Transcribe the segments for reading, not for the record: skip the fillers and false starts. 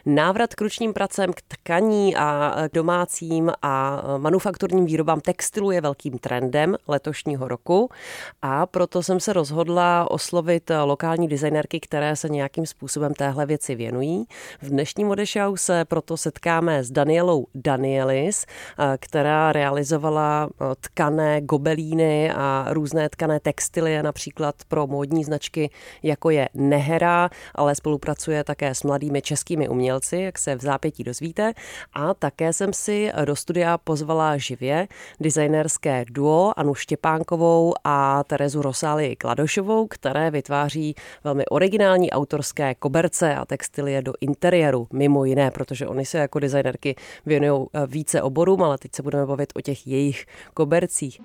Návrat k ručním pracem, k tkaní a k domácím a manufakturním výrobám textilu je velkým trendem letošního roku a proto jsem se rozhodla oslovit lokální designérky, které se nějakým způsobem téhle věci věnují. V dnešním Mode Show se proto setkáme s Danielou Danielis, která realizovala tkané gobelíny a různé tkané textilie, například pro módní značky, jako je Nehera, ale spolupracuje také s mladými českými umělci, jak se v zápětí dozvíte. A také jsem si do studia pozvala živě designérské duo Anu Štěpánkovou a Terezu Rosálii Kladošovou, které vytváří velmi originální autorské koberce a textilie do interiéru, mimo jiné, protože oni se jako designérky věnují více oborům, ale teď se budeme bavit o těch jejich kobercích.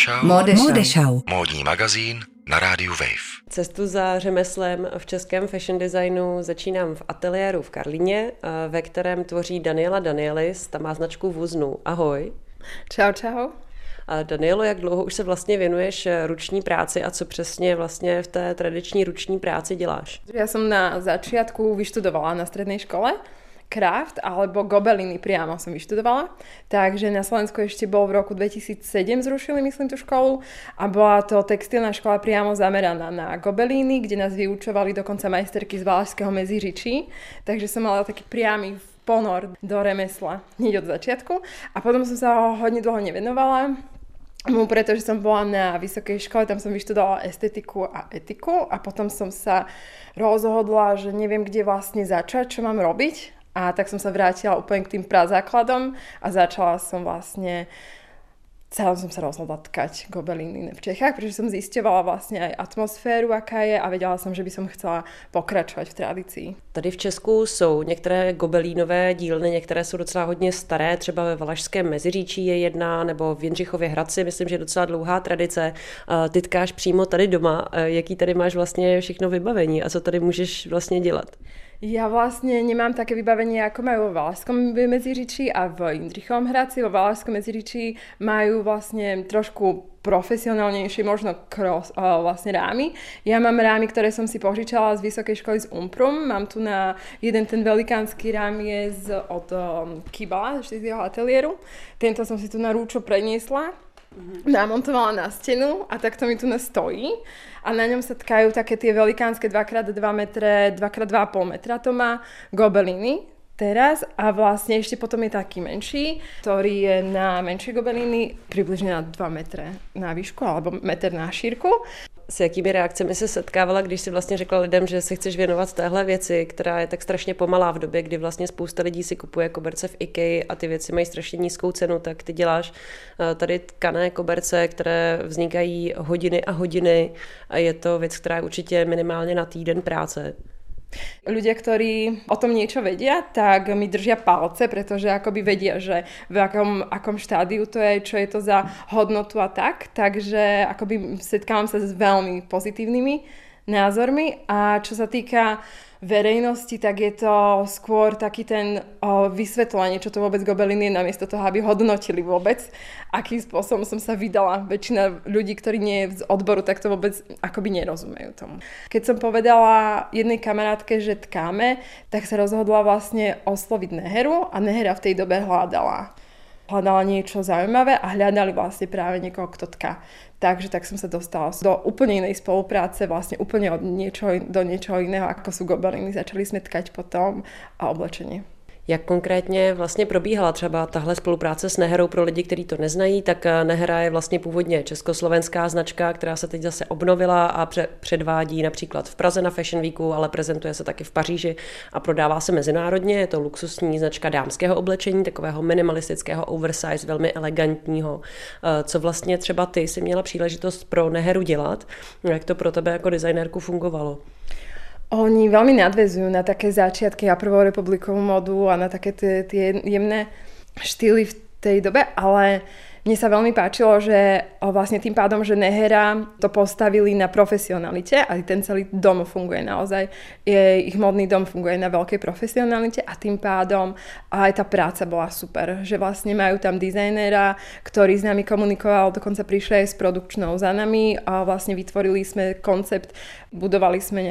Mode Show. Módní magazín na rádiu Wave. Cestu za řemeslem v českém fashion designu začínám v ateliéru v Karlíně, ve kterém tvoří Daniela Danielis, ta má značku Vuznu. Ahoj. Čau. Danielo, jak dlouho už se vlastně věnuješ ruční práci a co přesně vlastně v té tradiční ruční práci děláš? Ja som na začiatku vyštudovala na strednej škole craft alebo gobeliny priamo som vyštudovala. Takže na Slovensku ešte bol v roku 2007 zrušili, myslím, tú školu a bola to textilná škola priamo zameraná na gobelíny, kde nás vyučovali dokonca majsterky z Valašského Meziříčí. Takže som mala taký priamy ponor do remesla hneď od začiatku a potom som sa hodne dlho nevenovala. Pretože som bola na vysokej škole, tam som vyštudovala estetiku a etiku a potom som sa rozhodla, že neviem, kde vlastne začať, čo mám robiť. A tak som sa vrátila úplne k tým prazákladom a začala som vlastne, celom som sa rozhodla tkať gobelíny v Čechách, pretože som zisťovala vlastne aj atmosféru, aká je a vedela som, že by som chcela pokračovat v tradícii. Tady v Česku jsou některé gobelínové dílny, některé jsou docela hodně staré, třeba ve Valašském Meziříčí je jedna, nebo v Jindřichově Hradci, myslím, že je docela dlouhá tradice. Ty tkáš přímo tady doma. Jaký tady máš vlastně všechno vybavení a co tady můžeš vlastně dělat? Ja vlastne nemám také vybavenie, ako majú vo Valašskom Meziříčí a v Jindřichovom Hradci. Vo Valašskom Meziříčí majú vlastne trošku profesionálnejšie, možno vlastne rámy. Ja mám rámy, ktoré som si požičala z vysokej školy z Umprum. Mám tu na jeden ten velikánsky rám je od Kibala, ešte z jeho ateliéru. Tento som si tu na rúčo preniesla. Namontovala na stenu a takto mi tu stojí a na ňom sa tkajú také tie velikánske 2x2 metre, 2x2,5 metra to má gobeliny teraz a vlastne ešte potom je taký menší, ktorý je na menšie gobeliny približne na 2 metre na výšku alebo meter na šírku. S jakými reakcemi se setkávala, když si vlastně řekla lidem, že se chceš věnovat téhle věci, která je tak strašně pomalá v době, kdy vlastně spousta lidí si kupuje koberce v IKEA a ty věci mají strašně nízkou cenu, tak ty děláš tady tkané koberce, které vznikají hodiny a hodiny a je to věc, která je určitě minimálně na týden práce. Ľudia, ktorí o tom niečo vedia, tak mi držia palce, pretože akoby vedia, že v akom štádiu to je, čo je to za hodnotu a tak. Takže akoby setkávam sa s veľmi pozitívnymi názormi a čo sa týka verejnosti, tak je to skôr taký ten vysvetlenie, čo to vôbec gobeliny je, namiesto toho, aby hodnotili vôbec, akým spôsobom som sa vydala. Väčšina ľudí, ktorí nie je z odboru, tak to vôbec akoby nerozumejú tomu. Keď som povedala jednej kamarátke, že tkáme, tak sa rozhodla vlastne osloviť Neheru a Nehera v tej dobe hľadala niečo zaujímavé a hľadali vlastne práve niekoho, kto tká. Takže tak som sa dostala do úplne inej spolupráce, vlastne úplne do niečoho iného, ako sú gobeliny. Začali sme tkať potom a oblečenie. Jak konkrétně vlastně probíhala třeba tahle spolupráce s Neherou pro lidi, kteří to neznají, tak Nehera je vlastně původně československá značka, která se teď zase obnovila a předvádí například v Praze na Fashion Weeku, ale prezentuje se taky v Paříži a prodává se mezinárodně. Je to luxusní značka dámského oblečení, takového minimalistického oversize, velmi elegantního. Co vlastně třeba ty si měla příležitost pro Neheru dělat? Jak to pro tebe jako designérku fungovalo? Oni veľmi nadväzujú na také začiatky a prvou republikovú modu a na také tie jemné štýly v tej dobe, ale Mne sa veľmi páčilo, že vlastne tým pádom, že Nehera to postavili na profesionalite a ten celý dom funguje naozaj, ich modný dom funguje na veľkej profesionalite a tým pádom aj tá práca bola super, že vlastne majú tam dizajnera, ktorý s nami komunikoval, dokonca prišli aj s produkčnou za nami a vlastne vytvorili sme koncept, budovali sme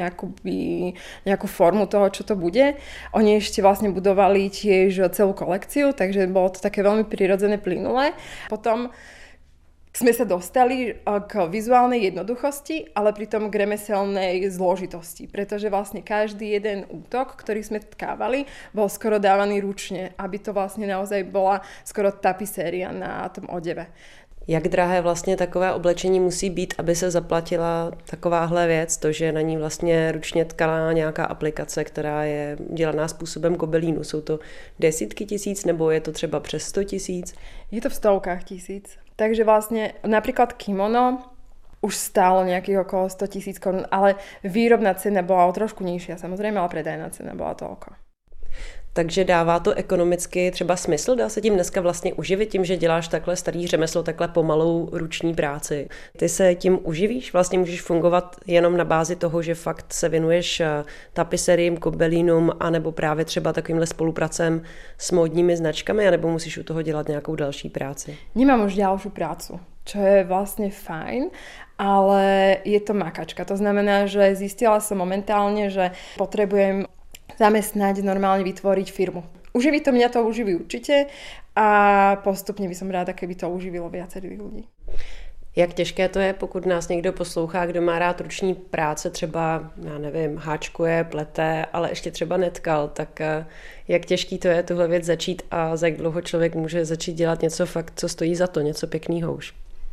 nejakú formu toho, čo to bude. Oni ešte vlastne budovali tiež celú kolekciu, takže bolo to také veľmi prirodzené, plynulé. Potom sme sa dostali k vizuálnej jednoduchosti, ale pritom k remeselnej zložitosti, pretože vlastne každý jeden útok, ktorý sme tkávali, bol skoro dávaný ručne, aby to vlastne naozaj bola skoro tapiséria na tom odeve. Jak drahé vlastně takové oblečení musí být, aby se zaplatila takováhle věc, to, že na ní vlastně ručně tkaná nějaká aplikace, která je dělaná způsobem gobelínu. Jsou to desítky tisíc nebo je to třeba přes 100 000? Je to v stovkách tisíc. Takže vlastne napríklad kimono už stálo nejakých okolo 100 000 korun, ale výrobná cena bola o trošku nižšia, samozrejme, ale predajná cena bola toľko. Takže dává to ekonomicky třeba smysl? Dá se tím dneska vlastně uživit tím, že děláš takhle starý řemeslo, takhle pomalou ruční práci? Ty se tím uživíš? Vlastně můžeš fungovat jenom na bázi toho, že fakt se věnuješ tapiseriím, gobelínům, anebo právě třeba takovýmhle spolupracem s módními značkami, anebo musíš u toho dělat nějakou další práci? Nemám už ďalšiu prácu, čo je vlastne fajn, ale je to makačka. To znamená, že zistila som momentálne, že potrebujem zamestnať, normálne vytvoriť firmu. Uživí to, mňa to uživí určite a postupne by som ráda, keby to uživilo viacerých ľudí. Jak těžké to je, pokud nás někdo poslouchá, kdo má rád ruční práce, třeba, já nevím, háčkuje, plete, ale ještě třeba netkal, tak jak těžký to je tuhle věc začít a za jak dlouho člověk může začít dělat něco fakt, co stojí za to, něco pěkného už?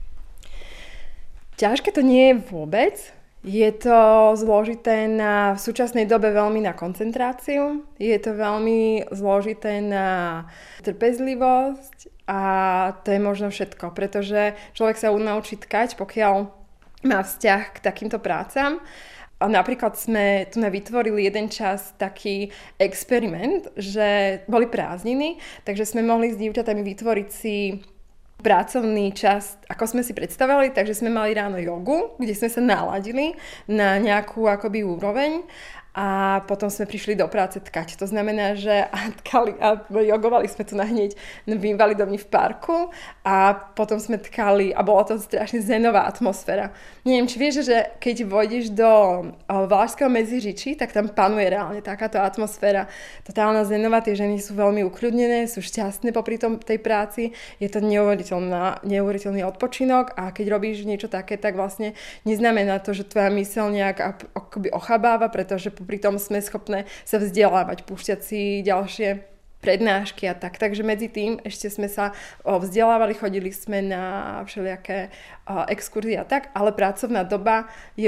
Ťažké to nie je vôbec. Je to zložité v súčasnej dobe veľmi na koncentráciu, je to veľmi zložité na trpezlivosť a to je možno všetko, pretože človek sa naučí tkať, pokiaľ má vzťah k takýmto prácam. A napríklad sme tu vytvorili jeden čas taký experiment, že boli prázdniny, takže sme mohli s dievčatami vytvoriť si pracovný čas, ako sme si predstavovali, takže sme mali ráno jogu, kde sme sa naladili na nejakú akoby úroveň a potom sme prišli do práce tkať. To znamená, že tkali a jogovali sme tu hneď v Invalidovni v parku a potom sme tkali a bola to strašne zenová atmosféra. Neviem, či vieš, že keď vojdeš do Valašského Meziříčí, tak tam panuje reálne takáto atmosféra. Totálna zenová, tie ženy sú veľmi ukľudnené, sú šťastné popri tej práci, je to neuveriteľný odpočinok a keď robíš niečo také, tak vlastne neznamená to, že tvoja myseľ nejak akoby ochabáva, pretože pri tom sme schopné sa vzdelávať, púšťať si ďalšie prednášky a tak. Takže medzi tým ešte sme sa vzdelávali, chodili sme na všelijaké exkurzie a tak, ale pracovná doba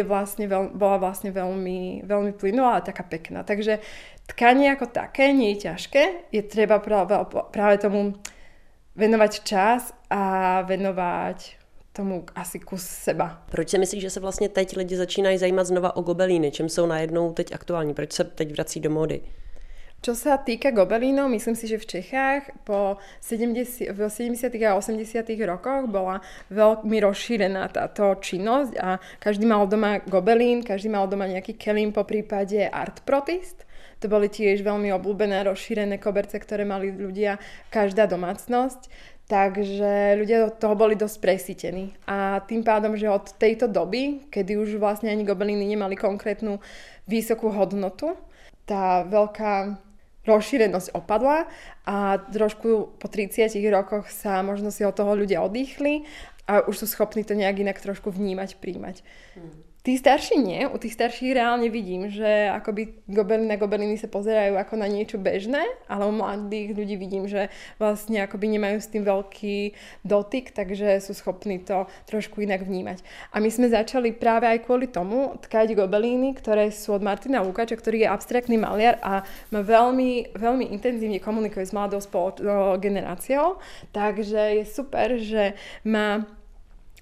bola vlastne veľmi, veľmi plynulá a taká pekná. Takže tkanie ako také nie je ťažké, je treba práve tomu venovať čas a venovať tomu asi kus seba. Proč si myslíš, že se vlastně teď lidi začínají zajímat znova o gobelíny? Čím jsou najednou teď aktuální? Proč se teď vrací do módy? Čo sa týka gobelínov, myslím si, že v Čechách v 70. a 80. rokoch bola veľmi rozšírená táto činnosť a každý mal doma gobelín, každý mal doma nejaký kelím, po prípade art protist. To boli tiež veľmi obľúbené, rozšírené koberce, ktoré mali ľudia, každá domácnosť. Takže ľudia do toho boli dosť presítení. A tým pádom, že od tejto doby, kedy už vlastne ani gobelíny nemali konkrétnu vysokú hodnotu, tá veľká rozšírenosť opadla a trošku po 30 rokoch sa možno si od toho ľudia odýchli a už sú schopní to nejak inak trošku vnímať, príjmať. Tí starší nie, u tých starších reálne vidím, že akoby na gobeliny sa pozerajú ako na niečo bežné, ale u mladých ľudí vidím, že vlastne akoby nemajú s tým veľký dotyk, takže sú schopní to trošku inak vnímať. A my sme začali práve aj kvôli tomu tkať gobelíny, ktoré sú od Martina Lukáča, ktorý je abstraktný maliar a má veľmi, veľmi intenzívne komunikuje s mladou generáciou, takže je super, že má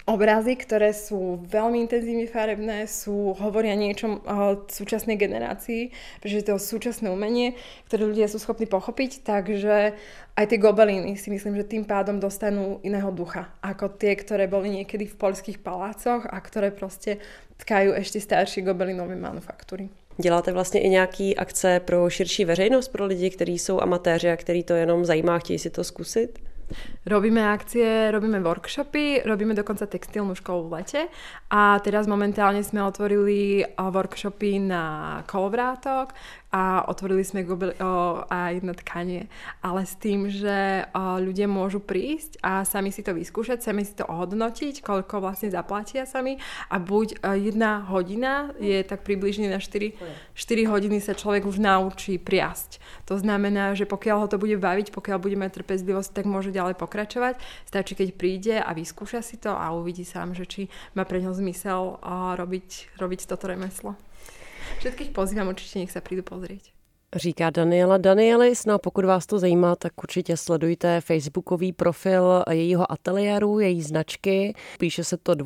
obrazy, ktoré sú veľmi intenzívne farebné, hovoria niečo o súčasnej generácii, pretože to je súčasné umenie, ktoré ľudia sú schopní pochopiť, takže aj tie gobeliny si myslím, že tým pádom dostanú iného ducha, ako tie, ktoré boli niekedy v poľských palácoch a ktoré proste tkajú ešte staršie gobelinové manufaktúry. Děláte vlastně i nějaký akce pro širší veřejnost, pro lidi, kteří jsou amatéři a který to jenom zajímá, chtějí si to zkusit? Robíme akcie, robíme workshopy, robíme dokonca textilnú školu v lete a teraz momentálne sme otvorili workshopy na kolovrátok a otvorili sme aj na tkanie, ale s tým, že ľudia môžu prísť a sami si to vyskúšať, sami si to ohodnotiť, koľko vlastne zaplatia sami a buď 1 hodina je tak približne na 4 hodiny sa človek už naučí priasť. To znamená, že pokiaľ ho to bude baviť, pokiaľ bude mať trpezlivosť, tak môže ďalej pokračovať. Stačí, keď príde a vyskúša si to a uvidí sám, že či má pre ňo zmysel robiť toto remeslo. Všetkých pozývám, určitě nech se přijdu pozrieť. Říká Daniela Danielis, no a pokud vás to zajímá, tak určitě sledujte facebookový profil jejího ateliéru, její značky. Píše se to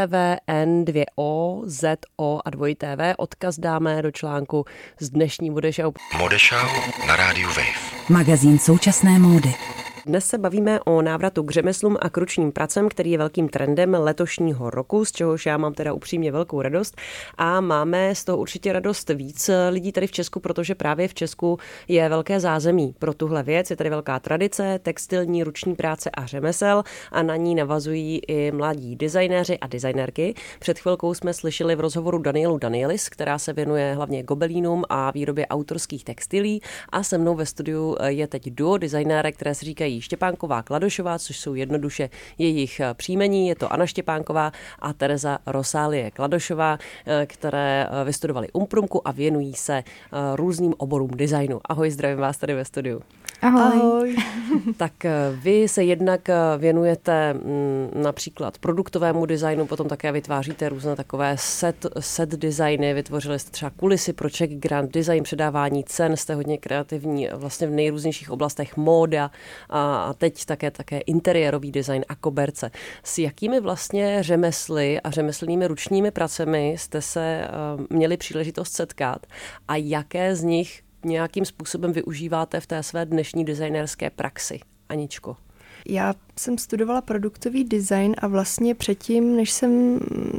N2O, a V. Odkaz dáme do článku z dnešní Modešau. Modešau na rádiu Wave. Magazín současné módy. Dnes se bavíme o návratu k řemeslům a k ručním pracem, který je velkým trendem letošního roku, z čehož já mám teda upřímně velkou radost. A máme z toho určitě radost víc lidí tady v Česku, protože právě v Česku je velké zázemí pro tuhle věc. Je tady velká tradice, textilní, ruční práce a řemesel a na ní navazují i mladí designéři a designérky. Před chvilkou jsme slyšeli v rozhovoru Danielu Danielis, která se věnuje hlavně gobelínům a výrobě autorských textilí, a se mnou ve studiu je teď duo designérek, které se říkají Štěpánková Kladošová, což jsou jednoduše jejich příjmení. Je to Anna Štěpánková a Tereza Rosálie Kladošová, které vystudovaly Umprumku a věnují se různým oborům designu. Ahoj, zdravím vás tady ve studiu. Ahoj. Tak vy se jednak věnujete například produktovému designu, potom také vytváříte různé takové set designy, vytvořili jste třeba kulisy pro Czech Grand Design, předávání cen, jste hodně kreativní vlastně v nejrůznějších oblastech móda a teď také interiérový design a koberce. S jakými vlastně řemesly a řemeslnými ručními pracemi jste se měli příležitost setkat a jaké z nich nějakým způsobem využíváte v té své dnešní designérské praxi? Aničko. Já jsem studovala produktový design a vlastně předtím, než jsem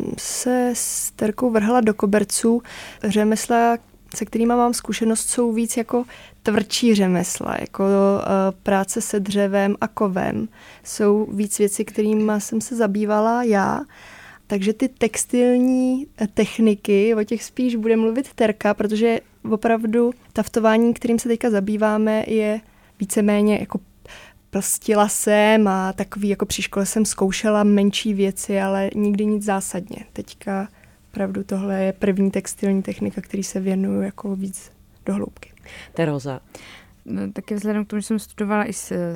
se s Terkou vrhla do koberců, řemesla, se kterými mám zkušenost, jsou víc jako tvrdší řemesla, jako práce se dřevem a kovem. Jsou víc věci, kterými jsem se zabývala já. Takže ty textilní techniky, o těch spíš bude mluvit Terka, protože opravdu taftování, kterým se teďka zabýváme, je víceméně jako plstila jsem a takový jako při škole jsem zkoušela menší věci, ale nikdy nic zásadně. Teďka opravdu tohle je první textilní technika, který se věnuju jako víc do hloubky. Teroza. Taky vzhledem k tomu, že jsem studovala i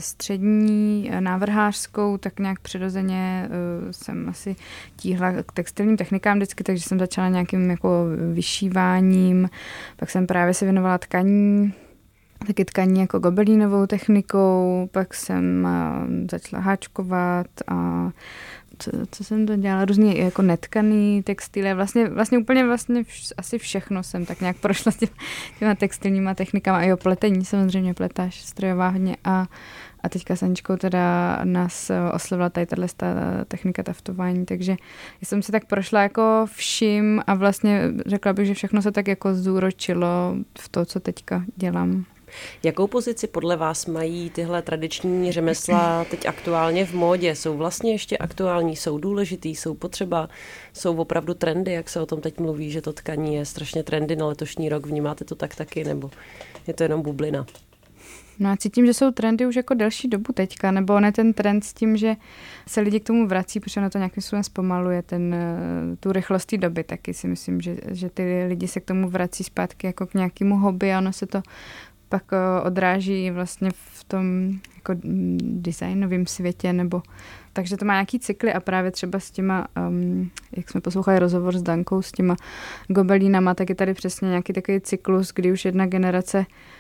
střední návrhářskou, tak nějak přirozeně jsem asi tíhla k textilním technikám vždycky, takže jsem začala nějakým jako vyšíváním, pak jsem právě se věnovala tkaní, taky tkaní jako gobelínovou technikou, pak jsem začala háčkovat a co jsem to dělala, různě jako netkaný textily, vlastně úplně asi všechno jsem tak nějak prošla těma textilníma technikama a jo, pletení samozřejmě, pletáž strojová hodně a teďka s Aničkou teda nás oslovila tady tato technika taftování, takže jsem si tak prošla jako vším a vlastně řekla bych, že všechno se tak jako zúročilo v to, co teďka dělám. Jakou pozici podle vás mají tyhle tradiční řemesla teď aktuálně v módě? Jsou vlastně ještě aktuální, jsou důležitý, jsou potřeba, jsou opravdu trendy, jak se o tom teď mluví, že to tkaní je strašně trendy na letošní rok. Vnímáte to tak taky, nebo je to jenom bublina? No a cítím, že jsou trendy už jako delší dobu teďka, nebo ne ten trend s tím, že se lidi k tomu vrací, protože na to nějakým způsobem zpomaluje tu rychlost té doby, taky si myslím, že ty lidi se k tomu vrací zpátky jako k nějakému hobby a ono se to pak odráží vlastně v tom jako designovém světě, nebo takže to má nějaký cykly a právě třeba s těma, jak jsme poslouchali rozhovor s Dankou, s těma gobelínama, tak je tady přesně nějaký takový cyklus, kdy už jedna generace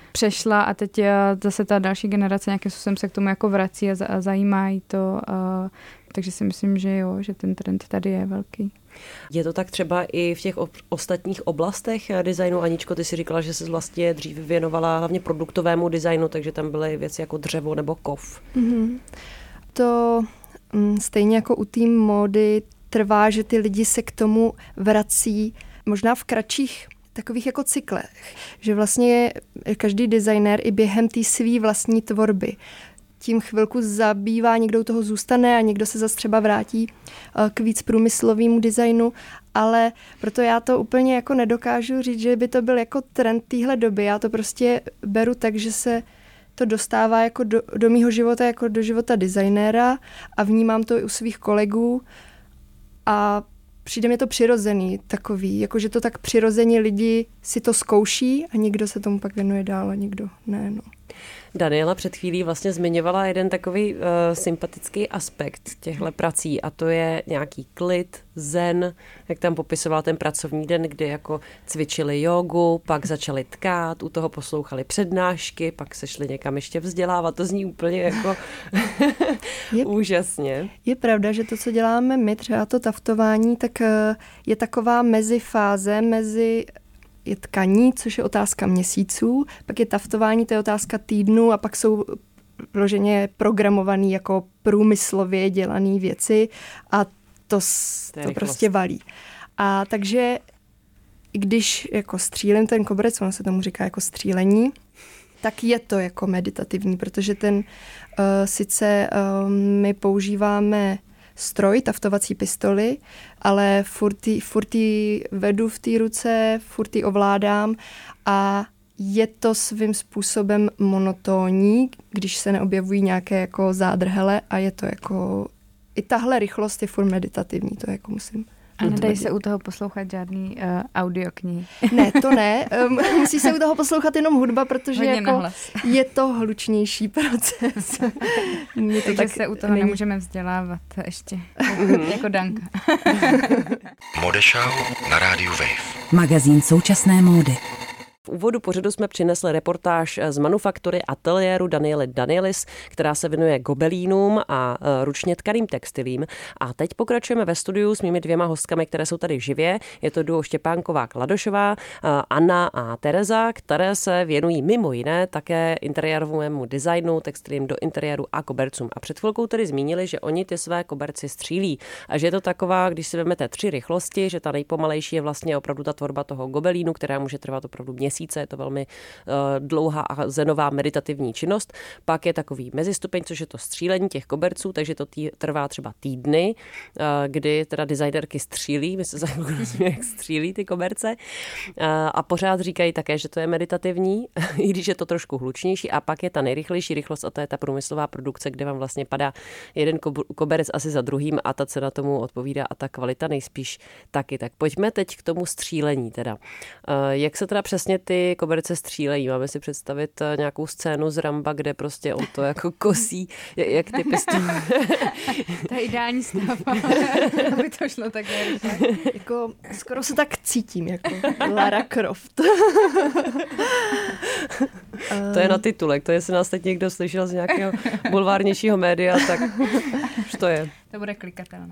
přešla a teď zase ta další generace nějakým způsobem se k tomu jako vrací a zajímají to. Takže si myslím, že jo, že ten trend tady je velký. Je to tak třeba i v těch ostatních oblastech designu? Aničko, ty si říkala, že jsi vlastně dřív věnovala hlavně produktovému designu, takže tam byly věci jako dřevo nebo kov. To stejně jako u té módy trvá, že ty lidi se k tomu vrací možná v kratších takových jako cyklech. Že vlastně každý designér i během té svý vlastní tvorby tím chvilku zabývá, někdo u toho zůstane a někdo se zase třeba vrátí k víc průmyslovému designu, ale proto já to úplně jako nedokážu říct, že by to byl jako trend téhle doby. Já to prostě beru tak, že se to dostává jako do mýho života, jako do života designéra a vnímám to i u svých kolegů a přijde mi to přirozený takový, jako že to tak přirozeně lidi si to zkouší a někdo se tomu pak věnuje dál a někdo ne, no. Daniela před chvílí vlastně zmiňovala jeden takový sympatický aspekt těchto prací a to je nějaký klid, zen, jak tam popisovala ten pracovní den, kdy jako cvičili jogu, pak začali tkát, u toho poslouchali přednášky, pak se šli někam ještě vzdělávat. To zní úplně jako úžasně. Je pravda, že to, co děláme my, třeba to taftování, tak je taková mezifáze je tkaní, což je otázka měsíců, pak je taftování, to je otázka týdnů a pak jsou vloženě programované jako průmyslově dělané věci a to prostě valí. A takže když jako střílím ten koberec, ono se tomu říká jako střílení, tak je to jako meditativní, protože sice my používáme stroj, taftovací pistoli, ale furt ji vedu v té ruce, furt ji ovládám a je to svým způsobem monotónní, když se neobjevují nějaké jako zádrhele a je to jako i tahle rychlost je furt meditativní, to jako musím. A nedají se u toho poslouchat žádný audioknihy. Ne, to ne. Musí se u toho poslouchat jenom hudba, protože jako je to hlučnější proces. Takže se u toho nemůžeme vzdělávat ještě jako Danka. Modeshow na rádiu Wave. Magazín současné módy. V úvodu pořadu jsme přinesli reportáž z manufaktury ateliéru Daniely Danielis, která se věnuje gobelínům a ručně tkaným textilím. A teď pokračujeme ve studiu s mými dvěma hostkami, které jsou tady živě. Je to duo Štěpánková-Kladošová, Anna a Tereza, které se věnují mimo jiné také interiérovému designu, textilím do interiéru a kobercům. A před chvilkou tedy zmínili, že oni ty své koberci střílí. A že je to taková, když si vezmete 3 rychlosti, že ta nejpomalejší je vlastně opravdu ta tvorba toho gobelínu, která může trvat opravdu měsíce, je to velmi dlouhá a zenová meditativní činnost. Pak je takový mezistupeň, což je to střílení těch koberců, takže to trvá třeba týdny, kdy teda designerky střílí, my se zajímáme, jak střílí ty koberce a pořád říkají také, že to je meditativní, i když je to trošku hlučnější a pak je ta nejrychlejší rychlost a to je ta průmyslová produkce, kde vám vlastně padá jeden koberec asi za druhým a ta cena tomu odpovídá a ta kvalita nejspíš taky. Tak pojďme teď k tomu střílení teda. Jak se teda přesně ty koberce střílejí? Máme si představit nějakou scénu z Ramba, kde prostě on to jako kosí, jak ty pistole. To je ideální stav, aby to šlo takhle. Jako, skoro se tak cítím, jako Lara Croft. To je na titulek, to jestli nás teď někdo slyšel z nějakého bulvárnějšího média, tak už to je. To bude klikatelné.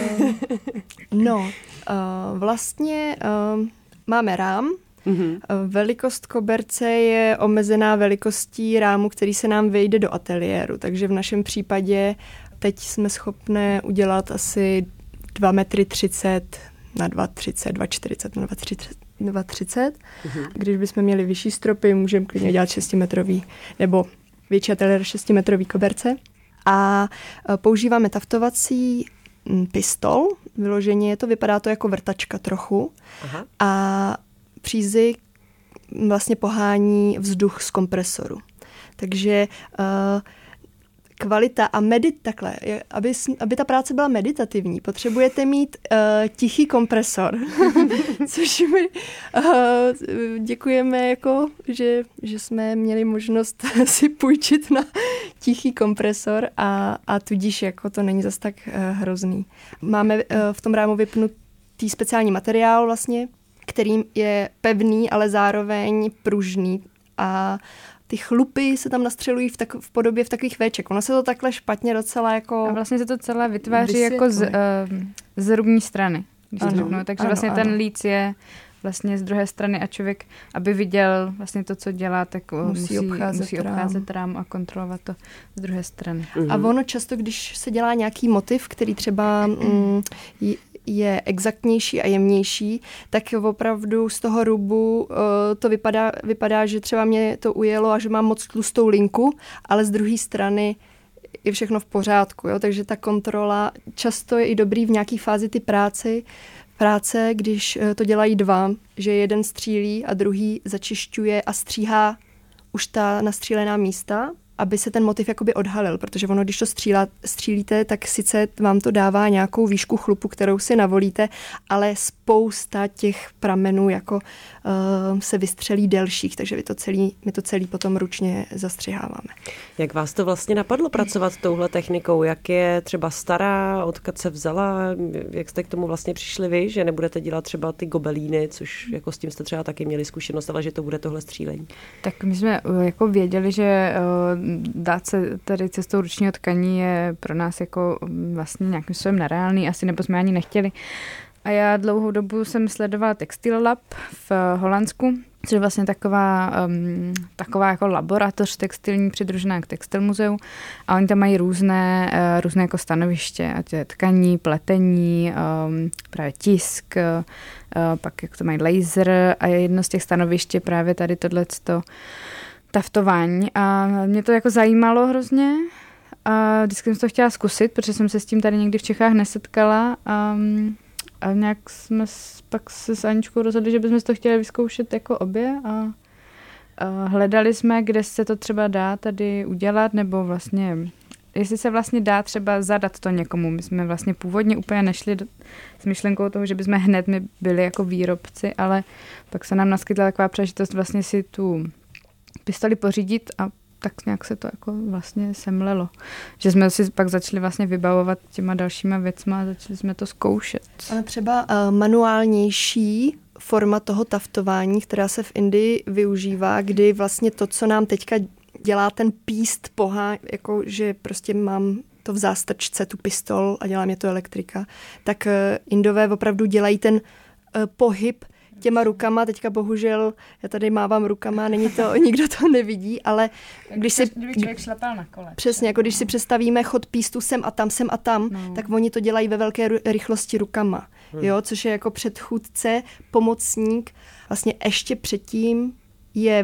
Vlastně máme rám. Mm-hmm. Velikost koberce je omezená velikostí rámu, který se nám vejde do ateliéru, takže v našem případě teď jsme schopné udělat asi 2,30 m na 2,30 m, 2,40 na 2,30 m. Mm-hmm. Když bychom měli vyšší stropy, můžeme klidně dělat 6metrový nebo větší ateliér 6metrový koberce. A používáme taftovací pistol, vyloženě vypadá to jako vrtačka trochu. Aha. A přízy vlastně pohání vzduch z kompresoru. Takže kvalita a takhle, aby ta práce byla meditativní, potřebujete mít tichý kompresor. Což my děkujeme, jako, že jsme měli možnost si půjčit na tichý kompresor a tudíž jako to není zas tak hrozný. Máme v tom rámu vypnutý speciální materiál vlastně, kterým je pevný, ale zároveň pružný a ty chlupy se tam nastřelují v podobě v takových véček. Ono se to takhle špatně docela jako... A vlastně se to celé vytváří jako z rubní strany, když to řeknu. Takže vlastně ten líc je vlastně z druhé strany a člověk, aby viděl vlastně to, co dělá, tak musí obcházet rám a kontrolovat to z druhé strany. A ono často, když se dělá nějaký motiv, který třeba je exaktnější a jemnější, tak opravdu z toho rubu to vypadá, že třeba mě to ujelo a že mám moc tlustou linku, ale z druhé strany je všechno v pořádku. Jo? Takže ta kontrola často je i dobrý v nějaké fázi ty práce, když to dělají dva, že jeden střílí a druhý začišťuje a stříhá už ta nastřílená místa, aby se ten motiv jakoby odhalil, protože ono, když to střílíte, tak sice vám to dává nějakou výšku chlupu, kterou si navolíte, ale spousta těch pramenů jako se vystřelí delších, takže my to celý potom ručně zastřiháváme. Jak vás to vlastně napadlo pracovat s touhle technikou? Jak je třeba stará, odkud se vzala? Jak jste k tomu vlastně přišli vy, že nebudete dělat třeba ty gobelíny, což jako s tím jste třeba taky měli zkušenost, ale že to bude tohle střílení? Tak my jsme jako věděli, že dát se tady cestou ručního tkaní je pro nás jako vlastně nějakým způsobem nereálný, asi nebo jsme ani nechtěli. A já dlouhou dobu jsem sledovala Textile Lab v Holandsku, což je vlastně taková jako laboratoř textilní přidružená k Textil muzeu. A oni tam mají různé jako stanoviště, ať je tkaní, pletení, právě tisk, pak jak to mají laser a jedno z těch stanovišť je právě tady tohleto taftování. A mě to jako zajímalo hrozně a vždycky jsem to chtěla zkusit, protože jsem se s tím tady někdy v Čechách nesetkala a nějak jsme pak se s Aničkou rozhodli, že bychom to chtěli vyzkoušet jako obě a hledali jsme, kde se to třeba dá tady udělat, nebo vlastně, jestli se vlastně dá třeba zadat to někomu. My jsme vlastně původně úplně nešli s myšlenkou toho, že bychom hned my byli jako výrobci, ale pak se nám naskytla taková příležitost vlastně si tu pistoli pořídit a tak nějak se to jako vlastně semlelo. Že jsme si pak začali vlastně vybavovat těma dalšíma věcma a začali jsme to zkoušet. Ale třeba manuálnější forma toho taftování, která se v Indii využívá, kdy vlastně to, co nám teďka dělá ten píst jako že prostě mám to v zástrčce, tu pistol a dělá mě to elektrika, tak Indové opravdu dělají ten pohyb těma rukama, teďka bohužel, já tady mávám rukama, nikdo to nevidí, ale když si... Kdyby člověk šlapal na kole. Přesně, jako když si představíme chod pístu sem a tam, tak oni to dělají ve velké rychlosti rukama, jo, což je jako předchůdce, pomocník. Vlastně ještě předtím je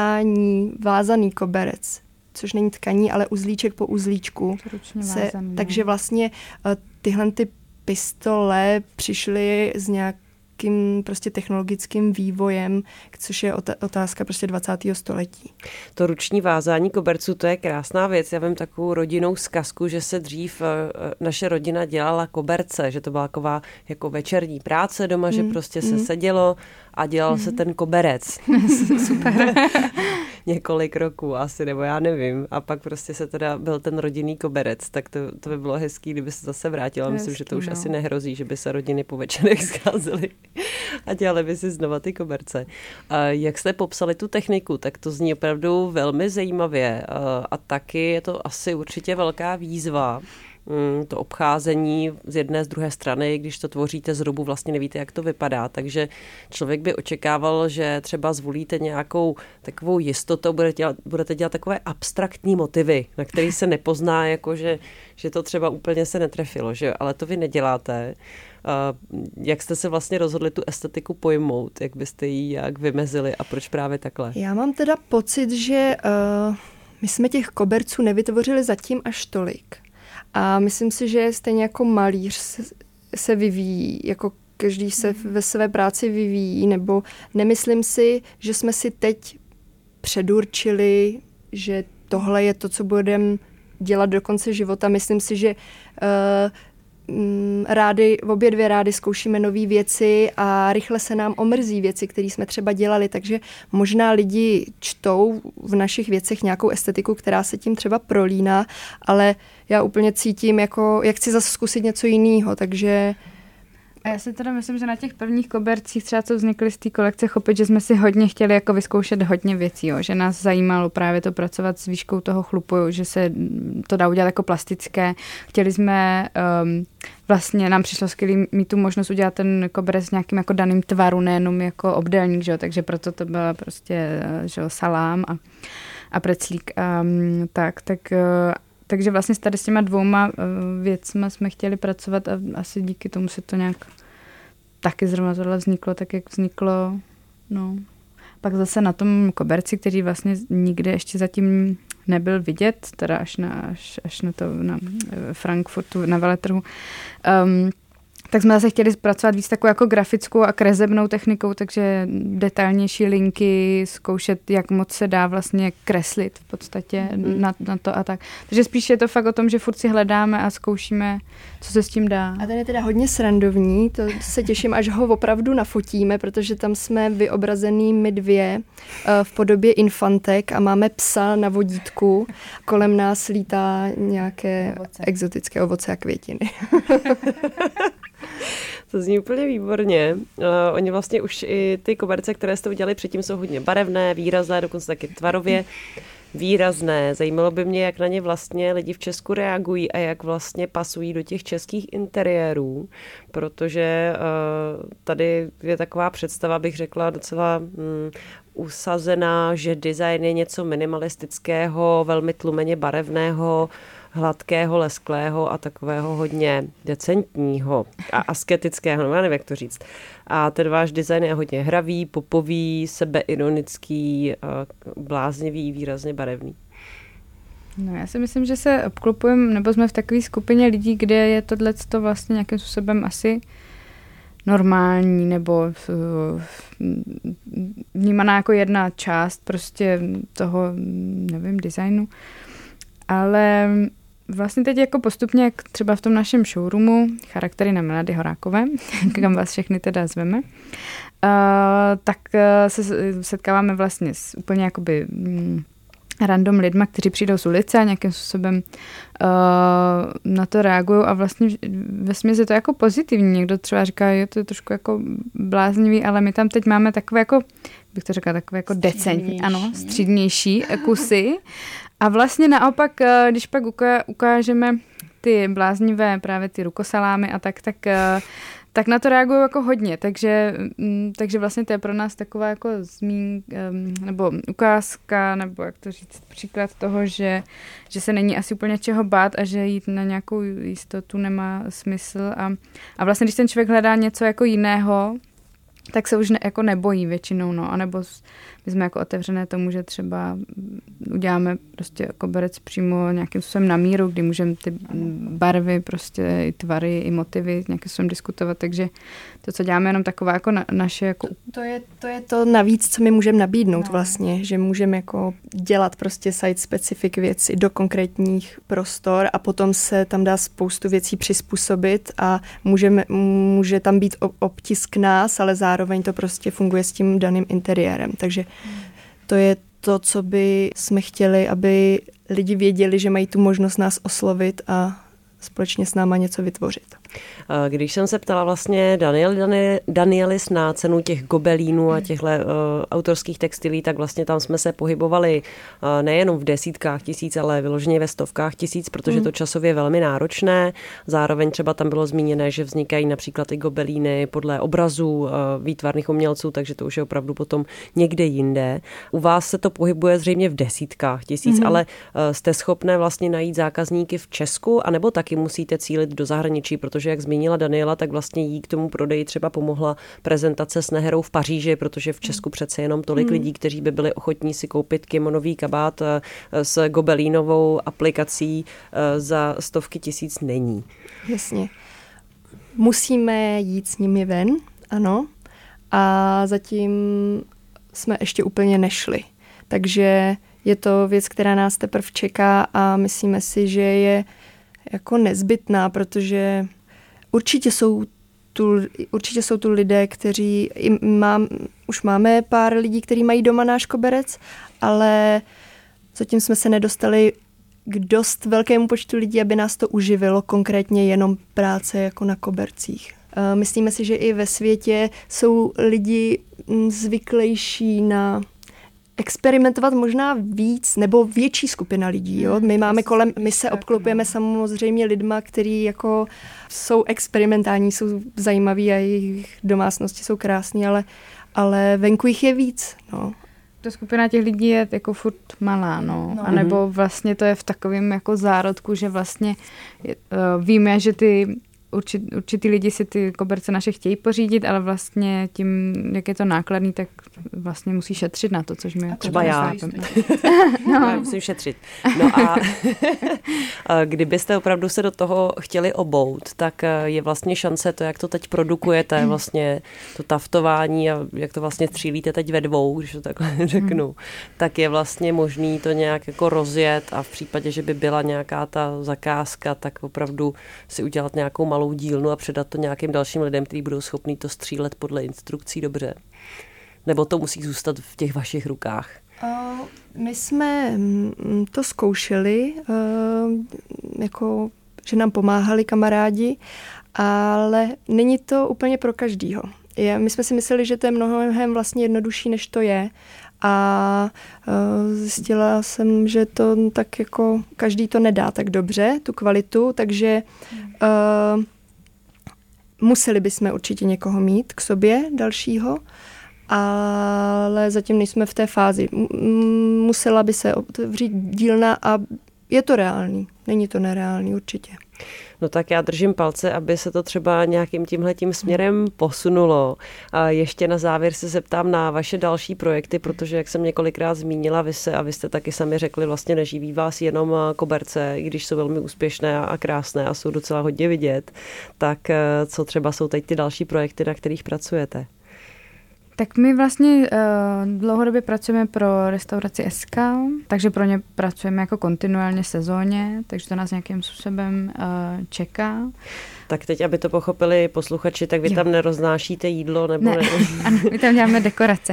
vázaný koberec, což není tkaní, ale uzlíček po uzlíčku. Takže vlastně tyhle ty pistole přišly z nějakým prostě technologickým vývojem, což je otázka prostě 20. století. To ruční vázání koberců, to je krásná věc. Já vím takovou rodinnou zkazku, že se dřív naše rodina dělala koberce, že to byla taková jako večerní práce doma, že prostě se sedělo a dělal se ten koberec. Super. Několik roků asi, nebo já nevím. A pak prostě se teda byl ten rodinný koberec, tak to by bylo hezký, kdyby se zase vrátila. Myslím, že to už asi nehrozí, že by se rodiny po večerech scházely a dělali by si znova ty koberce. A jak jste popsali tu techniku, tak to zní opravdu velmi zajímavě a taky je to asi určitě velká výzva. To obcházení z jedné, z druhé strany, když to tvoříte z rubu, vlastně nevíte, jak to vypadá. Takže člověk by očekával, že třeba zvolíte nějakou takovou jistotu, budete dělat takové abstraktní motivy, na který se nepozná, jako že to třeba úplně se netrefilo, že? Ale to vy neděláte. Jak jste se vlastně rozhodli tu estetiku pojmout? Jak byste ji jak vymezili a proč právě takhle? Já mám teda pocit, že my jsme těch koberců nevytvořili zatím až tolik. A myslím si, že stejně jako malíř se vyvíjí, jako každý se ve své práci vyvíjí, nebo nemyslím si, že jsme si teď předurčili, že tohle je to, co budeme dělat do konce života. Myslím si, že obě dvě rády zkoušíme nové věci a rychle se nám omrzí věci, které jsme třeba dělali, takže možná lidi čtou v našich věcech nějakou estetiku, která se tím třeba prolíná, ale já úplně cítím, jako jak chci zase zkusit něco jiného, takže A já si teda myslím, že na těch prvních kobercích třeba co vznikly z té kolekce Chopit, že jsme si hodně chtěli jako vyzkoušet hodně věcí, jo. Že nás zajímalo právě to pracovat s výškou toho chlupu, že se to dá udělat jako plastické. Chtěli jsme, vlastně nám přišlo skvělý mít tu možnost udělat ten koberec s nějakým jako daným tvaru, nejenom jako obdélník, že jo. Takže proto to byla prostě, že jo, salám a preclík. Takže vlastně tady s těma dvouma věcma jsme chtěli pracovat a asi díky tomu se to nějak taky zrovna tohle vzniklo, tak jak vzniklo. No. Pak zase na tom koberci, který vlastně nikde ještě zatím nebyl vidět, teda až na Frankfurtu, na veletrhu, tak jsme zase chtěli pracovat víc takovou jako grafickou a kresebnou technikou, takže detailnější linky, zkoušet, jak moc se dá vlastně kreslit v podstatě na to a tak. Takže spíš je to fakt o tom, že furt si hledáme a zkoušíme, co se s tím dá. A ten je teda hodně srandovní, to se těším, až ho opravdu nafotíme, protože tam jsme vyobrazený my dvě v podobě infantek a máme psa na vodítku. Kolem nás lítá nějaké exotické ovoce a květiny. To zní úplně výborně. Oni vlastně už i ty koberce, které jste udělali předtím, jsou hodně barevné, výrazné, dokonce taky tvarově výrazné. Zajímalo by mě, jak na ně vlastně lidi v Česku reagují a jak vlastně pasují do těch českých interiérů, protože tady je taková představa, bych řekla, docela usazená, že design je něco minimalistického, velmi tlumeně barevného, hladkého, lesklého a takového hodně decentního a asketického, no já nevím, jak to říct. A ten váš design je hodně hravý, popový, sebeironický, bláznivý, výrazně barevný. No já si myslím, že se obklopujeme, nebo jsme v takové skupině lidí, kde je tohleto vlastně nějakým způsobem asi normální, nebo vnímaná jako jedna část prostě toho, nevím, designu. Ale vlastně teď jako postupně, třeba v tom našem showroomu Charaktery na Milady Horákové, kam vás všechny teda zveme, tak se setkáváme vlastně s úplně jakoby random lidma, kteří přijdou z ulice a nějakým způsobem na to reagují a vlastně vesměs je to jako pozitivní. Někdo třeba říká, je to trošku jako bláznivý, ale my tam teď máme takové jako, bych to řekla, takové jako decentní, ano, střídnější kusy. A vlastně naopak, když pak ukážeme ty bláznivé, právě ty rukosalámy a tak na to reagují jako hodně, takže vlastně to je pro nás taková jako nebo ukázka, nebo jak to říct, příklad toho, že se není asi úplně čeho bát a že jít na nějakou jistotu nemá smysl a vlastně když ten člověk hledá něco jako jiného, tak se už jako nebojí většinou, no, anebo my jsme jako otevřené tomu, že třeba uděláme prostě koberec přímo nějakým způsobem na míru, kdy můžeme ty barvy, prostě i tvary, i motivy nějakým způsobem diskutovat, takže to, co děláme, jenom taková jako naše jako... To je to navíc, co my můžeme nabídnout vlastně, že můžeme jako dělat prostě site-specific věci do konkrétních prostor a potom se tam dá spoustu věcí přizpůsobit a může tam být obtisk nás, ale zároveň to prostě funguje s tím daným interiérem, takže to je to, co by jsme chtěli, aby lidi věděli, že mají tu možnost nás oslovit a společně s náma něco vytvořit. Když jsem se ptala vlastně Danielis na cenu těch gobelínů a těchto autorských textilí, tak vlastně tam jsme se pohybovali nejenom v desítkách tisíc, ale vyloženě ve stovkách tisíc, protože to časově je velmi náročné. Zároveň třeba tam bylo zmíněné, že vznikají například i gobelíny podle obrazů výtvarných umělců, takže to už je opravdu potom někde jinde. U vás se to pohybuje zřejmě v desítkách tisíc, ale jste schopné vlastně najít zákazníky v Česku, anebo taky musíte cílit do zahraničí, protože jak zmínila Daniela, tak vlastně jí k tomu prodeji třeba pomohla prezentace s Neherou v Paříži, protože v Česku přece jenom tolik lidí, kteří by byli ochotní si koupit kimonový kabát s gobelínovou aplikací za stovky tisíc není. Jasně. Musíme jít s nimi ven, ano, a zatím jsme ještě úplně nešli. Takže je to věc, která nás teprve čeká a myslíme si, že je jako nezbytná, protože určitě jsou tu lidé, kteří už máme pár lidí, kteří mají doma náš koberec, ale zatím jsme se nedostali k dost velkému počtu lidí, aby nás to uživilo, konkrétně jenom práce jako na kobercích. Myslíme si, že i ve světě jsou lidi zvyklejší na experimentovat možná víc nebo větší skupina lidí. Jo? My se obklopujeme samozřejmě lidma, kteří jako jsou experimentální, jsou zajímaví a jejich domácnosti jsou krásný, ale venku jich je víc. No. Ta skupina těch lidí je jako furt malá, A nebo vlastně to je v takovém jako zárodku, že vlastně víme, že určitý lidi si ty koberce naše chtějí pořídit, ale vlastně tím, jak je to nákladný, tak vlastně musí šetřit na to, což my... Třeba já. Já musím šetřit. No a kdybyste opravdu se do toho chtěli obout, tak je vlastně šance to, jak to teď produkujete, vlastně to taftování a jak to vlastně střílíte teď ve dvou, když to takhle řeknu, tak je vlastně možný to nějak jako rozjet a v případě, že by byla nějaká ta zakázka, tak opravdu si udělat nějakou malou dílnu a předat to nějakým dalším lidem, kteří budou schopní to střílet podle instrukcí dobře. Nebo to musí zůstat v těch vašich rukách? My jsme to zkoušeli, jako, že nám pomáhali kamarádi, ale není to úplně pro každýho. My jsme si mysleli, že to je mnohem vlastně jednodušší, než to je. A zjistila jsem, že to tak jako každý to nedá tak dobře, tu kvalitu, takže museli bychom určitě někoho mít k sobě dalšího, ale zatím nejsme v té fázi. Musela by se otevřít dílna a je to reálný, není to nereálný určitě. No tak já držím palce, aby se to třeba nějakým tímhletím směrem posunulo. A ještě na závěr se zeptám na vaše další projekty, protože jak jsem několikrát zmínila, vy jste taky sami řekli, vlastně neživí vás jenom koberce, i když jsou velmi úspěšné a krásné a jsou docela hodně vidět. Tak co třeba jsou teď ty další projekty, na kterých pracujete? Tak my vlastně dlouhodobě pracujeme pro restauraci SK, takže pro ně pracujeme jako kontinuálně sezóně, takže to nás nějakým způsobem čeká. Tak teď, aby to pochopili posluchači, tak vy tam neroznášíte jídlo? Nebo ne. Ano, my tam děláme dekorace,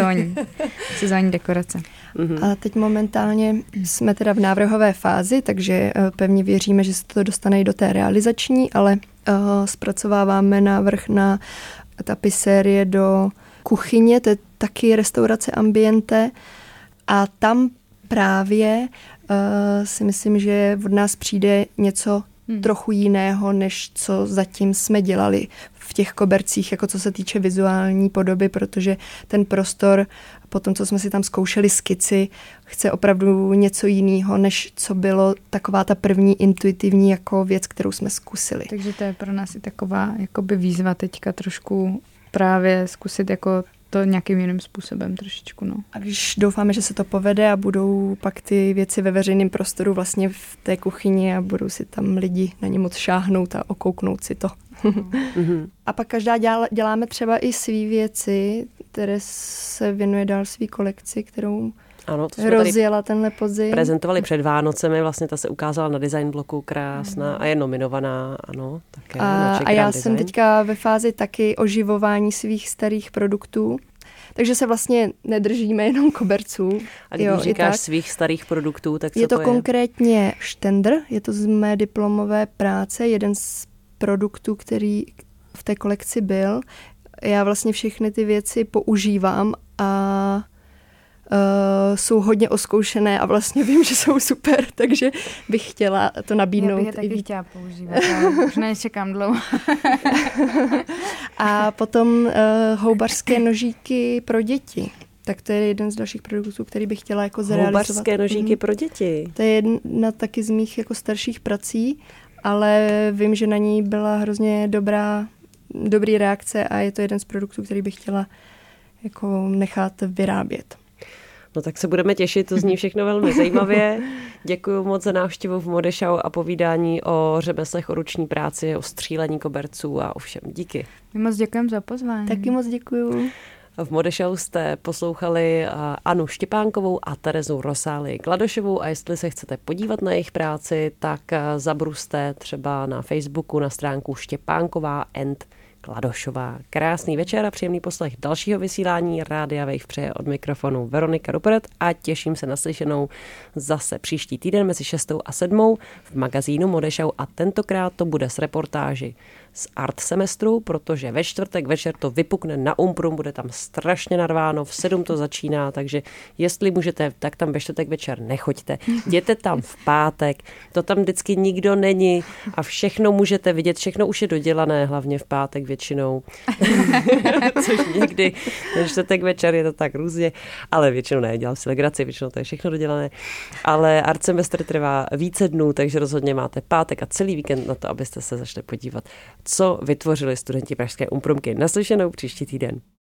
sezónní dekorace. A teď momentálně jsme teda v návrhové fázi, takže pevně věříme, že se to dostane i do té realizační, ale zpracováváme návrh na tapisérie do kuchyně, to je taky restaurace Ambiente a tam právě si myslím, že od nás přijde něco trochu jiného, než co zatím jsme dělali v těch kobercích, jako co se týče vizuální podoby, protože ten prostor, po tom, co jsme si tam zkoušeli skici, chce opravdu něco jiného, než co bylo taková ta první intuitivní jako věc, kterou jsme zkusili. Takže to je pro nás i taková jakoby výzva teďka trošku právě zkusit jako to nějakým jiným způsobem trošičku. No. A když doufáme, že se to povede a budou pak ty věci ve veřejném prostoru vlastně v té kuchyni a budou si tam lidi na ně moc šáhnout a okouknout si to. A pak každá děláme třeba i svý věci, které se věnuje dál svý kolekci, kterou rozjela tenhle podzim. Prezentovali před Vánocemi, vlastně ta se ukázala na Design bloku, krásná a je nominovaná, ano, také a já jsem teďka ve fázi taky oživování svých starých produktů, takže se vlastně nedržíme jenom koberců. A když říkáš svých starých produktů, tak co je to je? Konkrétně štendr, je to z mé diplomové práce, jeden z produktů, který v té kolekci byl. Já vlastně všechny ty věci používám a jsou hodně oskoušené a vlastně vím, že jsou super, takže bych chtěla to nabídnout. Já bych je taky chtěla používat, ale už nečekám dlouho. A potom houbařské nožíky pro děti. Tak to je jeden z dalších produktů, který bych chtěla jako zrealizovat. Houbařské nožíky pro děti. To je jedna taky z mých jako starších prací, ale vím, že na ní byla hrozně dobrý reakce a je to jeden z produktů, který bych chtěla jako nechat vyrábět. No tak se budeme těšit, to zní všechno velmi zajímavě. Děkuji moc za návštěvu v Modešau a povídání o řemeslech, o ruční práci, o střílení koberců a o všem. Díky. My moc děkujeme za pozvání. Taky moc děkuju. V Modešau jste poslouchali Anu Štěpánkovou a Terezu Rosály Gladošovou a jestli se chcete podívat na jejich práci, tak zabruste třeba na Facebooku na stránku Štěpánková & Kladošová. Krásný večer a příjemný poslech dalšího vysílání Rádia Wave přeje od mikrofonu Veronika Rupert a těším se na slyšenou zase příští týden mezi 6. a 7. v magazínu Modeshow a tentokrát to bude s reportáži z art semestru, protože ve čtvrtek večer to vypukne na Umprum, bude tam strašně narváno, v 7 to začíná, takže jestli můžete, tak tam ve čtvrtek večer nechoďte. Jděte tam v pátek, to tam vždycky nikdo není a všechno můžete vidět, všechno už je dodělané, hlavně v pátek většinou. Což někdy, ve čtvrtek večer je to tak různě, ale většinou ne, dělám si legraci, většinou to je všechno dodělané. Ale art semestr trvá více dnů, takže rozhodně máte pátek a celý víkend na to, abyste se začali podívat, co vytvořili studenti pražské Umprumky. Naslyšenou příští týden.